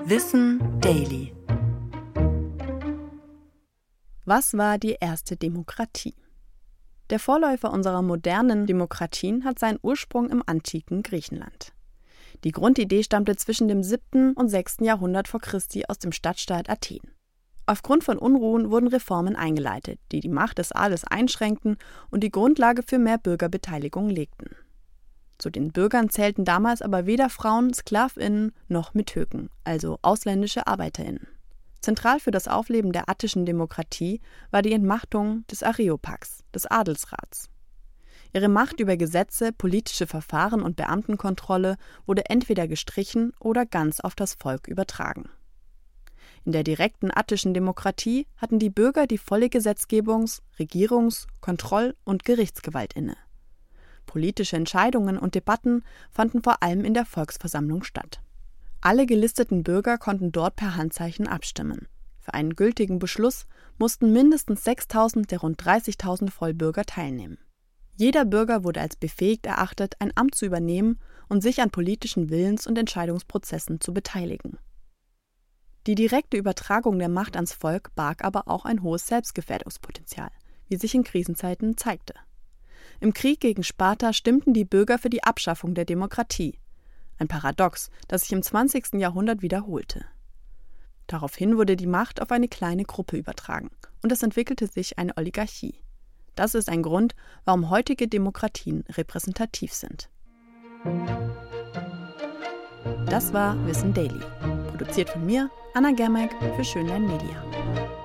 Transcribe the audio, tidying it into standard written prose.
Wissen Daily. Was war die erste Demokratie? Der Vorläufer unserer modernen Demokratien hat seinen Ursprung im antiken Griechenland. Die Grundidee stammte zwischen dem 7. und 6. Jahrhundert vor Christi aus dem Stadtstaat Athen. Aufgrund von Unruhen wurden Reformen eingeleitet, die die Macht des Adels einschränkten und die Grundlage für mehr Bürgerbeteiligung legten. Zu den Bürgern zählten damals aber weder Frauen, SklavInnen noch Methöken, also ausländische ArbeiterInnen. Zentral für das Aufleben der attischen Demokratie war die Entmachtung des Areopags, des Adelsrats. Ihre Macht über Gesetze, politische Verfahren und Beamtenkontrolle wurde entweder gestrichen oder ganz auf das Volk übertragen. In der direkten attischen Demokratie hatten die Bürger die volle Gesetzgebungs-, Regierungs-, Kontroll- und Gerichtsgewalt inne. Politische Entscheidungen und Debatten fanden vor allem in der Volksversammlung statt. Alle gelisteten Bürger konnten dort per Handzeichen abstimmen. Für einen gültigen Beschluss mussten mindestens 6.000 der rund 30.000 Vollbürger teilnehmen. Jeder Bürger wurde als befähigt erachtet, ein Amt zu übernehmen und sich an politischen Willens- und Entscheidungsprozessen zu beteiligen. Die direkte Übertragung der Macht ans Volk barg aber auch ein hohes Selbstgefährdungspotenzial, wie sich in Krisenzeiten zeigte. Im Krieg gegen Sparta stimmten die Bürger für die Abschaffung der Demokratie. Ein Paradox, das sich im 20. Jahrhundert wiederholte. Daraufhin wurde die Macht auf eine kleine Gruppe übertragen und es entwickelte sich eine Oligarchie. Das ist ein Grund, warum heutige Demokratien repräsentativ sind. Das war Wissen Daily. Produziert von mir, Anna Germeck, für Schönlein Media.